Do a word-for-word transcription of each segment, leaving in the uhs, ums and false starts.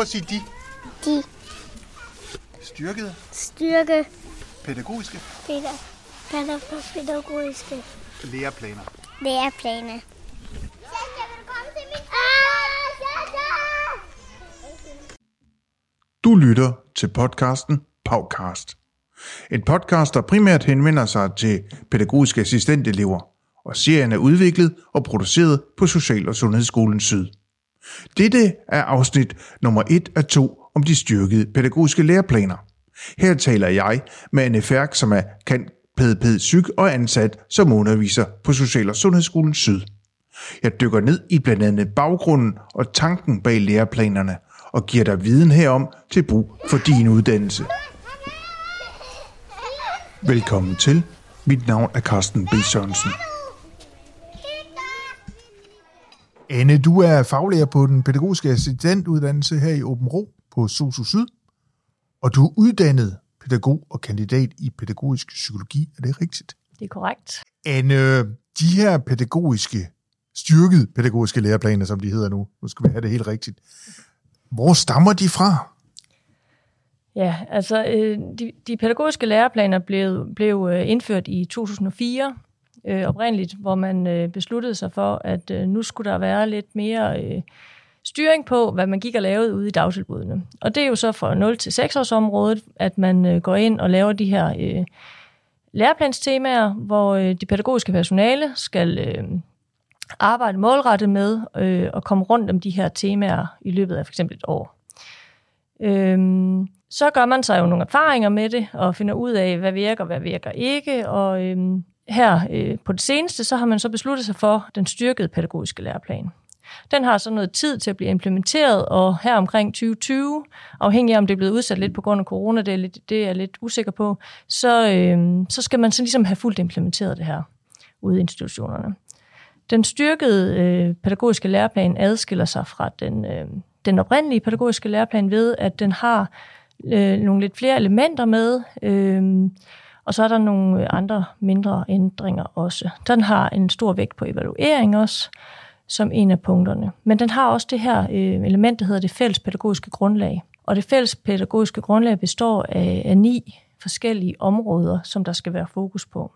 at sige de. De. Styrkede. Styrke. Pædagogiske. Peter. Pædagogiske. Læreplaner. Læreplaner. Du lytter til podcasten Pavcast. En podcast, der primært henvender sig til pædagogiske assistentelever, og serien er udviklet og produceret på Social- og Sundhedsskolen Syd. Dette er afsnit nummer et af to om de styrkede pædagogiske læreplaner. Her taler jeg med Anne Færk, som er cand. pæd. psyk og ansat som underviser på Social- og Sundhedsskolen Syd. Jeg dykker ned i blandt andet baggrunden og tanken bag læreplanerne, og giver dig viden herom til brug for din uddannelse. Velkommen til. Mit navn er Carsten B. Sørensen. Anne, du er faglærer på den pædagogiske assistentuddannelse her i Aabenraa på SOSU Syd, og du er uddannet pædagog og kandidat i pædagogisk psykologi. Er det rigtigt? Det er korrekt. Anne, de her pædagogiske, styrkede pædagogiske læreplaner, som de hedder nu, nu skal vi have det helt rigtigt. Hvor stammer de fra? Ja, altså øh, de, de pædagogiske læreplaner blev, blev øh, indført i to tusind og fire øh, oprindeligt, hvor man øh, besluttede sig for, at øh, nu skulle der være lidt mere øh, styring på, hvad man gik og lavede ude i dagtilbudene. Og det er jo så fra nul til seks års området, at man øh, går ind og laver de her øh, læreplanstemaer, hvor øh, de pædagogiske personale skal øh, arbejde målrettet med øh, at komme rundt om de her temaer i løbet af for eksempel et år. Øhm, så gør man sig jo nogle erfaringer med det, og finder ud af, hvad virker, hvad virker ikke. Og øhm, her øh, på det seneste, så har man så besluttet sig for den styrkede pædagogiske læreplan. Den har så noget tid til at blive implementeret, og her omkring tyve tyve, afhængig af om det er blevet udsat lidt på grund af corona, det er, lidt, det er jeg lidt usikker på, så, øhm, så skal man så ligesom have fuldt implementeret det her ude i institutionerne. Den styrkede øh, pædagogiske læreplan adskiller sig fra den, øh, den oprindelige pædagogiske læreplan ved, at den har øh, nogle lidt flere elementer med, øh, og så er der nogle andre mindre ændringer også. Den har en stor vægt på evaluering også, som en af punkterne. Men den har også det her øh, element, der hedder det fælles pædagogiske grundlag. Og det fælles pædagogiske grundlag består af, af ni forskellige områder, som der skal være fokus på.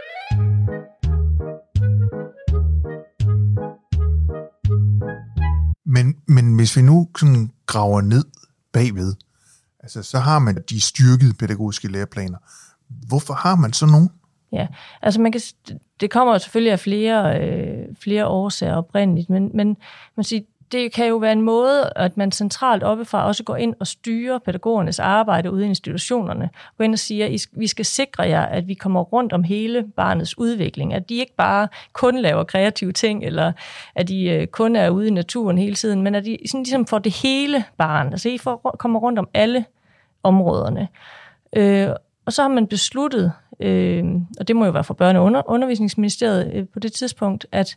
Men, men hvis vi nu sådan graver ned bagved, altså så har man de styrkede pædagogiske læreplaner. Hvorfor har man så nogen? Ja, altså man kan, det kommer jo selvfølgelig af flere, øh, flere årsager oprindeligt, men, men man siger, det kan jo være en måde, at man centralt oppefra også går ind og styrer pædagogernes arbejde ude i institutionerne. Gå ind og siger, at vi skal sikre jer, at vi kommer rundt om hele barnets udvikling. At de ikke bare kun laver kreative ting, eller at de kun er ude i naturen hele tiden, men at de sådan ligesom får det hele barn. Altså I får, kommer rundt om alle områderne. Øh, og så har man besluttet, øh, og det må jo være fra Børne- og under- Undervisningsministeriet øh, på det tidspunkt, at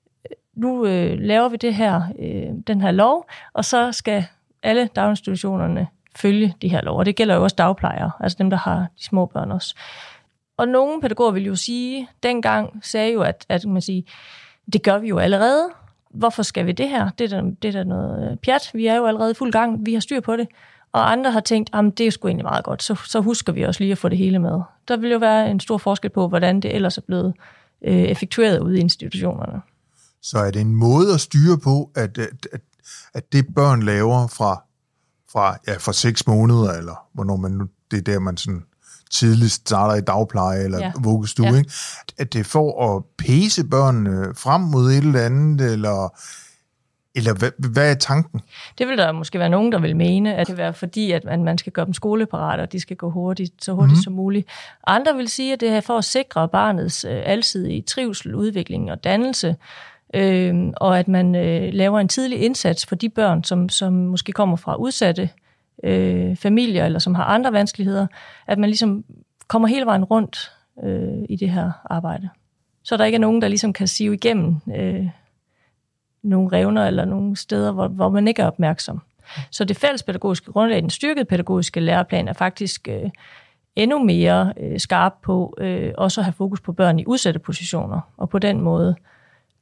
nu øh, laver vi det her, øh, den her lov, og så skal alle daginstitutionerne følge de her lov. Og det gælder jo også dagplejere, altså dem, der har de små børn også. Og nogle pædagoger vil jo sige, dengang sagde jo, at, at man siger, det gør vi jo allerede. Hvorfor skal vi det her? Det er da, det er da noget pjat. Vi er jo allerede i fuld gang. Vi har styr på det. Og andre har tænkt, at det er sgu egentlig meget godt. Så, så husker vi også lige at få det hele med. Der vil jo være en stor forskel på, hvordan det ellers er blevet øh, effektueret ude i institutionerne. Så er det en måde at styre på, at, at, at det børn laver fra, fra, ja, fra seks måneder, eller hvornår man nu, det er der, man sådan tidligst starter i dagpleje eller ja. vuggestue, ja. Ikke? At det er for at pæse børnene frem mod et eller andet, eller, eller hvad, hvad er tanken? Det vil der måske være nogen, der vil mene, at det kan være fordi, at man, man skal gøre dem skoleparate, og de skal gå hurtigt, så hurtigt mm-hmm. som muligt. Andre vil sige, at det er for at sikre barnets øh, alsidige trivsel, udvikling og dannelse, Øh, og at man øh, laver en tidlig indsats for de børn, som, som måske kommer fra udsatte øh, familier, eller som har andre vanskeligheder, at man ligesom kommer hele vejen rundt øh, i det her arbejde. Så der ikke er nogen, der ligesom kan sive igennem øh, nogle revner, eller nogle steder, hvor, hvor man ikke er opmærksom. Så det fælles pædagogiske grundlag, den styrkede pædagogiske læreplan, er faktisk øh, endnu mere øh, skarp på øh, også at have fokus på børn i udsatte positioner, og på den måde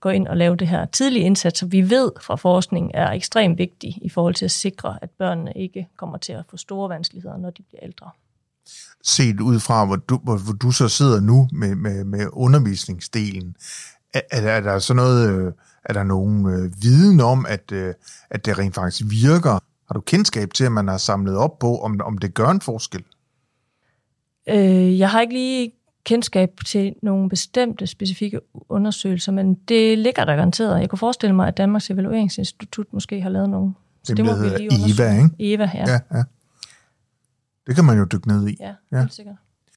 gå ind og lave det her tidlige indsats, som vi ved fra forskning er ekstremt vigtig i forhold til at sikre, at børnene ikke kommer til at få store vanskeligheder, når de bliver ældre. Set ud fra, hvor du, hvor, hvor du så sidder nu med, med, med undervisningsdelen, er, er der så noget, er der nogen øh, viden om, at, øh, at det rent faktisk virker? Har du kendskab til, at man har samlet op på, om, om det gør en forskel? Øh, jeg har ikke lige kendskab til nogle bestemte, specifikke undersøgelser, men det ligger der garanteret. Jeg kunne forestille mig, at Danmarks Evalueringsinstitut måske har lavet nogle. Så det må vi lige undersøge. E V A, ikke? E V A, ja. ja. Ja, det kan man jo dykke ned i. Ja, ja. Helt sikkert.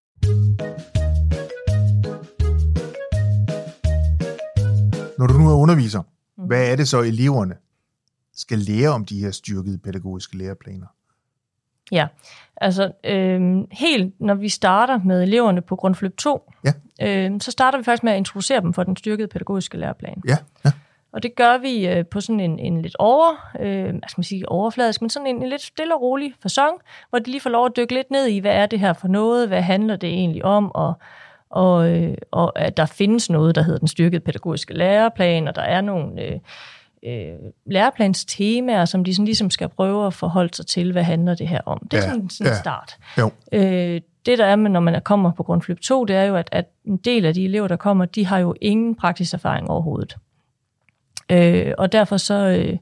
Når du nu er underviser, mm. hvad er det så, eleverne skal lære om de her styrkede pædagogiske læreplaner? Ja, altså øh, helt når vi starter med eleverne på grundforløb to, ja. øh, så starter vi faktisk med at introducere dem for den styrkede pædagogiske læreplan. Ja, ja. Og det gør vi øh, på sådan en, en lidt over, øh, hvad skal man sige, overfladisk, men sådan en, en lidt stille og rolig facon, hvor de lige får lov at dykke lidt ned i, hvad er det her for noget, hvad handler det egentlig om, og, og, øh, og at der findes noget, der hedder den styrkede pædagogiske læreplan, og der er nogle øh, øh, læreplanstemaer, som de sådan ligesom skal prøve at forholde sig til, hvad handler det her om. Det er ja, sådan, sådan en ja. start. Jo. Øh, det der er med, når man kommer på grundforløb to, det er jo, at, at en del af de elever, der kommer, de har jo ingen praktisk erfaring overhovedet. Øh, og derfor så, øh,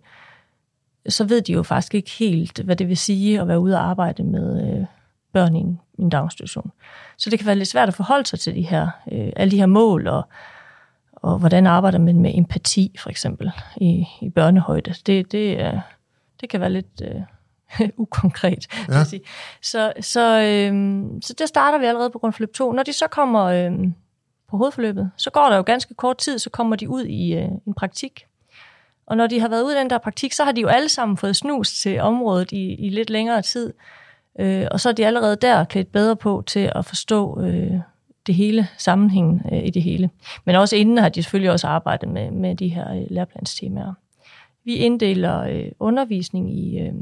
så ved de jo faktisk ikke helt, hvad det vil sige at være ude og arbejde med øh, børn i en, i en daginstitution. Så det kan være lidt svært at forholde sig til de her, øh, alle de her mål, og, og hvordan arbejder man med empati, for eksempel, i, i børnehøjde. Det, det, øh, det kan være lidt øh, ukonkret. Ja. Sige. Så, så, øh, så der starter vi allerede på grundforløb to. Når de så kommer øh, på hovedforløbet, så går der jo ganske kort tid, så kommer de ud i øh, en praktik. Og når de har været ude i den der praktik, så har de jo alle sammen fået snus til området i, i lidt længere tid. Øh, og så er de allerede der klædt bedre på til at forstå øh, det hele, sammenhængen øh, i det hele. Men også inden har de selvfølgelig også arbejdet med, med de her øh, læreplanstemaer. Vi inddeler øh, undervisning i, øh,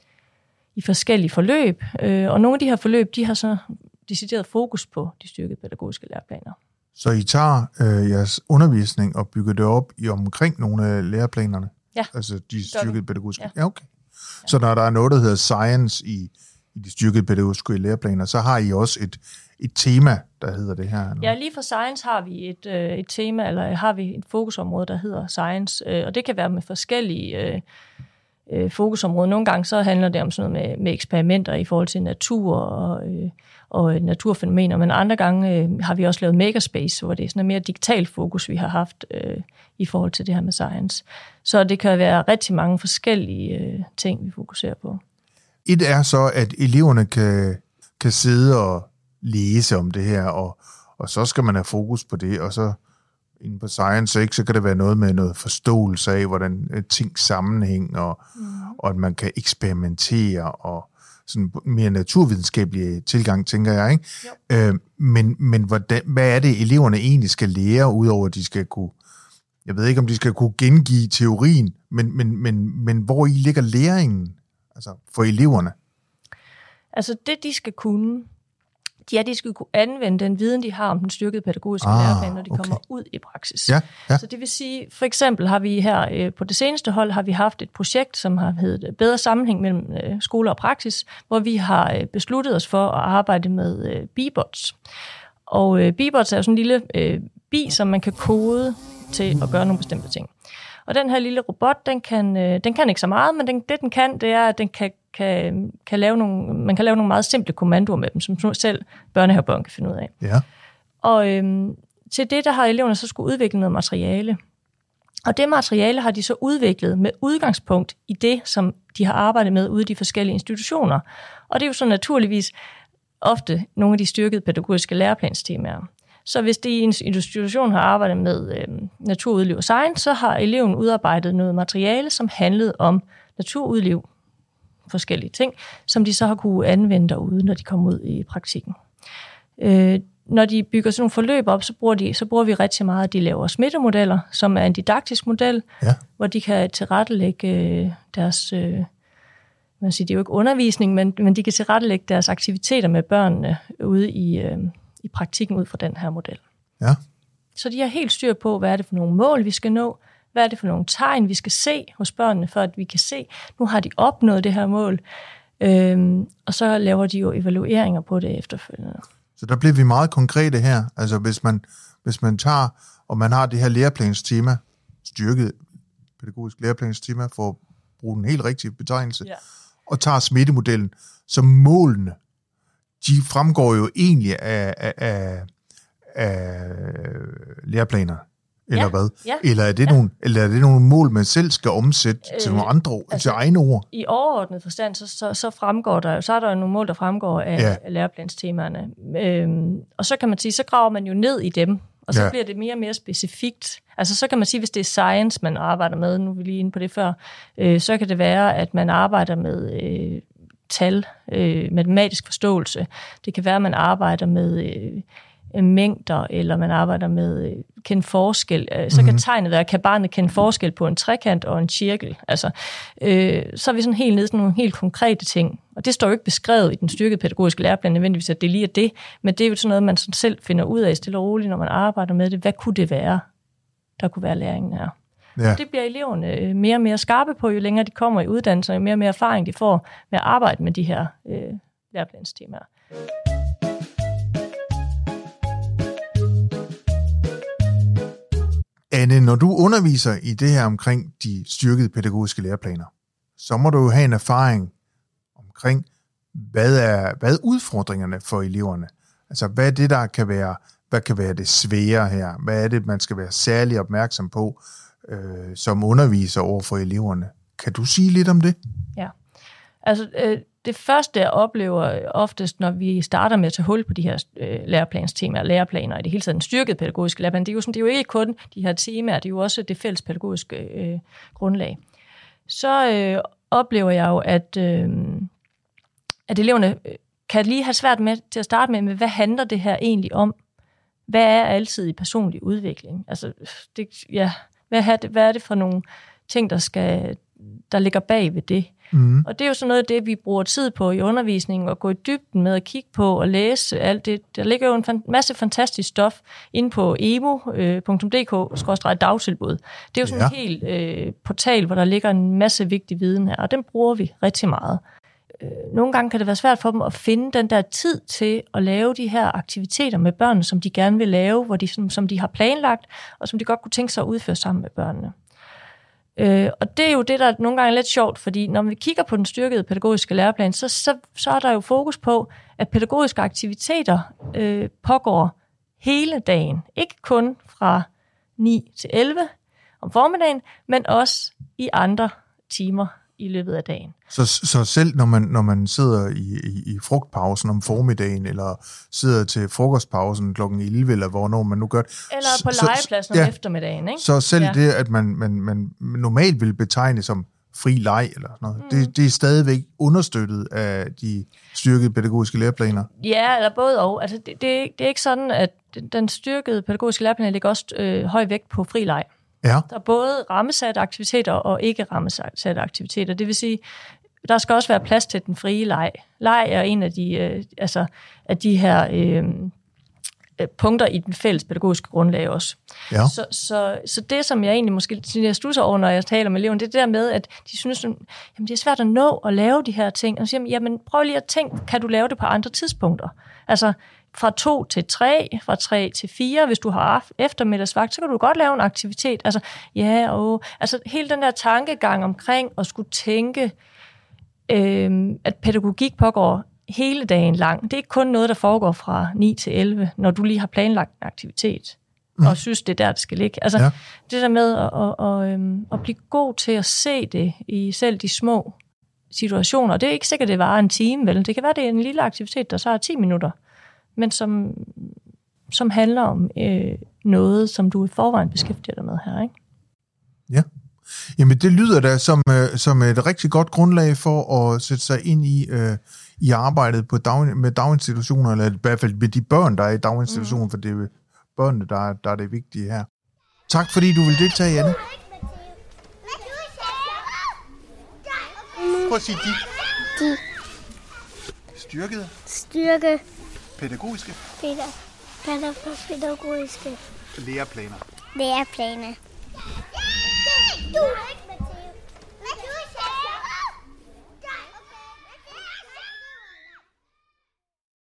i forskellige forløb, øh, og nogle af de her forløb, de har så decideret fokus på de styrkede pædagogiske læreplaner. Så I tager øh, jeres undervisning og bygger det op i omkring nogle af læreplanerne? Ja. Altså de styrkede pædagogiske? Ja. Ja, okay. Ja. Så når der er noget, der hedder science i, i de styrkede pædagogiske læreplaner, så har I også et, et tema, der hedder det her? Eller? Ja, lige for science har vi et, øh, et tema, eller har vi et fokusområde, der hedder science, øh, og det kan være med forskellige øh, øh, fokusområder. Nogle gange så handler det om sådan noget med, med eksperimenter i forhold til natur og øh, og naturfænomener, men andre gange øh, har vi også lavet Makerspace, hvor det er sådan en mere digital fokus, vi har haft øh, i forhold til det her med science. Så det kan være rigtig mange forskellige øh, ting, vi fokuserer på. Et er så, at eleverne kan, kan sidde og læse om det her, og, og så skal man have fokus på det, og så inden på science, ikke, så kan det være noget med noget forståelse af, hvordan ting sammenhænger, og, mm. og at man kan eksperimentere, og sådan mere naturvidenskabelig tilgang, tænker jeg, ikke? Øh, men men hvordan, hvad er det, eleverne egentlig skal lære, udover at de skal kunne, jeg ved ikke, om de skal kunne gengive teorien, men, men, men, men hvor i ligger læringen, altså for eleverne? Altså det, de skal kunne, de er, de skal kunne anvende den viden, de har om den styrkede pædagogiske ah, læreplan, når de okay. kommer ud i praksis. Ja, ja. Så det vil sige, for eksempel har vi her øh, på det seneste hold, har vi haft et projekt, som har heddet Bedre sammenhæng mellem øh, skole og praksis, hvor vi har øh, besluttet os for at arbejde med øh, B-bots. Og øh, B-bots er jo sådan en lille øh, bi, som man kan kode til at gøre nogle bestemte ting. Og den her lille robot, den kan, øh, den kan ikke så meget, men den, det den kan, det er, at den kan Kan, kan lave nogle, man kan lave nogle meget simple kommandoer med dem, som selv børnehavebørn kan finde ud af. Ja. Og øhm, til det, der har eleverne så skulle udvikle noget materiale. Og det materiale har de så udviklet med udgangspunkt i det, som de har arbejdet med ude i de forskellige institutioner. Og det er jo så naturligvis ofte nogle af de styrkede pædagogiske læreplanstemaer. Så hvis de i en institution har arbejdet med øhm, naturudliv og science, så har eleven udarbejdet noget materiale, som handlede om naturudliv, forskellige ting, som de så har kunne anvende derude, når de kommer ud i praktikken. Øh, når de bygger sådan nogle forløb op, så bruger, de, så bruger vi rigtig meget, at de laver smittemodeller, som er en didaktisk model, ja. Hvor de kan tilrettelægge øh, deres, øh, man siger, det er jo ikke undervisning, men, men de kan tilrettelægge deres aktiviteter med børnene ude i, øh, i praktikken ud fra den her model. Ja, Så de har helt styr på, hvad er det for nogle mål, vi skal nå, hvad er det for nogle tegn, vi skal se hos børnene, for at vi kan se, nu har de opnået det her mål, øhm, og så laver de jo evalueringer på det efterfølgende. Så der bliver vi meget konkrete her. Altså hvis man, hvis man tager, og man har det her læreplanstema, styrket pædagogisk læreplanstema, for at bruge den helt rigtige betegnelse, Ja. og tager smittemodellen, så målene, de fremgår jo egentlig af, af, af, af læreplaner, eller Ja, hvad? ja, Eller er det, ja. nogle, eller er det nogle mål, man selv skal omsætte øh, til nogle andre, altså, til egne ord? I overordnet forstand, så, så, så fremgår der, så er der jo nogle mål, der fremgår af, Ja. af læreplanstemaerne. Øhm, og så kan man sige, så graver man jo ned i dem, og så Ja. bliver det mere og mere specifikt. Altså så kan man sige, hvis det er science, man arbejder med, nu er vi lige inde på det før, øh, så kan det være, at man arbejder med øh, tal, øh, matematisk forståelse. Det kan være, at man arbejder med øh, mængder, eller man arbejder med øh, kende forskel. Øh, så mm-hmm. kan tegnet være, kan barnet kende forskel på en trekant og en cirkel. Altså, øh, så er vi sådan helt nede sådan nogle helt konkrete ting. Og det står jo ikke beskrevet i den styrkede pædagogiske læreplan nødvendigvis, at det lige er det, men det er jo sådan noget, man sådan selv finder ud af stille og roligt, når man arbejder med det. Hvad kunne det være, der kunne være læringen her? Ja. Det bliver eleverne mere og mere skarpe på, jo længere de kommer i uddannelser, jo mere og mere erfaring de får med at arbejde med de her øh, læreplanstemaer. Anne, når du underviser i det her omkring de styrkede pædagogiske læreplaner, så må du jo have en erfaring omkring, hvad er, hvad er udfordringerne for eleverne? Altså, hvad er det, der kan være, hvad kan være det svære her? Hvad er det, man skal være særlig opmærksom på øh, som underviser over for eleverne? Kan du sige lidt om det? Ja, altså øh, det første, jeg oplever oftest, når vi starter med at tage hul på de her øh, læreplanstemaer, læreplaner, i det hele taget en styrket pædagogisk læreplan, det er jo, sådan, det er jo ikke kun de her temaer, det er jo også det fælles pædagogiske øh, grundlag. Så øh, oplever jeg jo, at, øh, at eleverne kan lige have svært med til at starte med, med, hvad handler det her egentlig om? Hvad er altid i personlig udvikling? Altså, det, ja, hvad, er det, hvad er det for nogle ting, der, skal, der ligger bag ved det? Mm. Og det er jo sådan noget af det, vi bruger tid på i undervisningen, og gå i dybden med at kigge på og læse alt det. Der ligger jo en fan, masse fantastisk stof inde på emo punktum d k skråstreg dagtilbud. Det er jo sådan ja. en helt øh, portal, hvor der ligger en masse vigtig viden her, og den bruger vi rigtig meget. Nogle gange kan det være svært for dem at finde den der tid til at lave de her aktiviteter med børnene, som de gerne vil lave, hvor de, som, som de har planlagt, og som de godt kunne tænke sig at udføre sammen med børnene. Øh, og det er jo det, der nogle gange er lidt sjovt, fordi når vi kigger på den styrkede pædagogiske læreplan, så, så, så er der jo fokus på, at pædagogiske aktiviteter øh, pågår hele dagen. Ikke kun fra ni til elleve om formiddagen, men også i andre timer i løbet af dagen. Så, så selv når man, når man sidder i, i, i frugtpausen om formiddagen, eller sidder til frokostpausen klokken elleve, eller hvornår man nu gør det. Eller på så, legepladsen om ja, eftermiddagen, ikke? Så selv ja. det, at man, man, man normalt vil betegne som fri leg, eller sådan noget, mm. det, det er stadigvæk understøttet af de styrkede pædagogiske læreplaner. Ja, eller både og. Altså, det, det, det er ikke sådan, at den styrkede pædagogiske læreplan ligger også øh, høj vægt på fri leg. Ja. Der er både rammesatte aktiviteter og ikke rammesatte aktiviteter. Det vil sige, der skal også være plads til den frie leg. Leg er en af de, øh, altså, af de her øh, punkter i den fælles pædagogiske grundlag også. Ja. Så, så, så det, som jeg egentlig måske jeg studser over, når jeg taler med eleverne, det er det der med, at de synes, jamen, det er svært at nå at lave de her ting. Og så siger, jamen prøv lige at tænke, kan du lave det på andre tidspunkter? Altså, fra to til tre, fra tre til fire, hvis du har eftermiddagsvagt, så kan du godt lave en aktivitet. Altså, ja, og, altså hele den der tankegang omkring at skulle tænke, øh, at pædagogik pågår hele dagen lang. Det er ikke kun noget, der foregår fra ni til elleve, når du lige har planlagt en aktivitet, mm. og synes, det er der, det skal ligge. Altså, ja. det der med at, at, at, at, at blive god til at se det i selv de små situationer. Det er ikke sikkert, det varer en time, vel? Det kan være, det er en lille aktivitet, der så er ti minutter. Men som, som handler om øh, noget, som du i forvejen beskæftiger dig med her, ikke? Ja. Jamen, det lyder da som, øh, som et rigtig godt grundlag for at sætte sig ind i, øh, i arbejdet på dag, med daginstitutioner, eller i hvert fald med de børn, der er i daginstitutionen, mm. for det er børnene, der er, der er det vigtige her. Tak, fordi du vil deltage, Anne. Prøv at sige de. De. Styrkede. Styrke. Pædagogiske. Pæda, pæda, pædagogiske. Læreplaner. Læreplaner.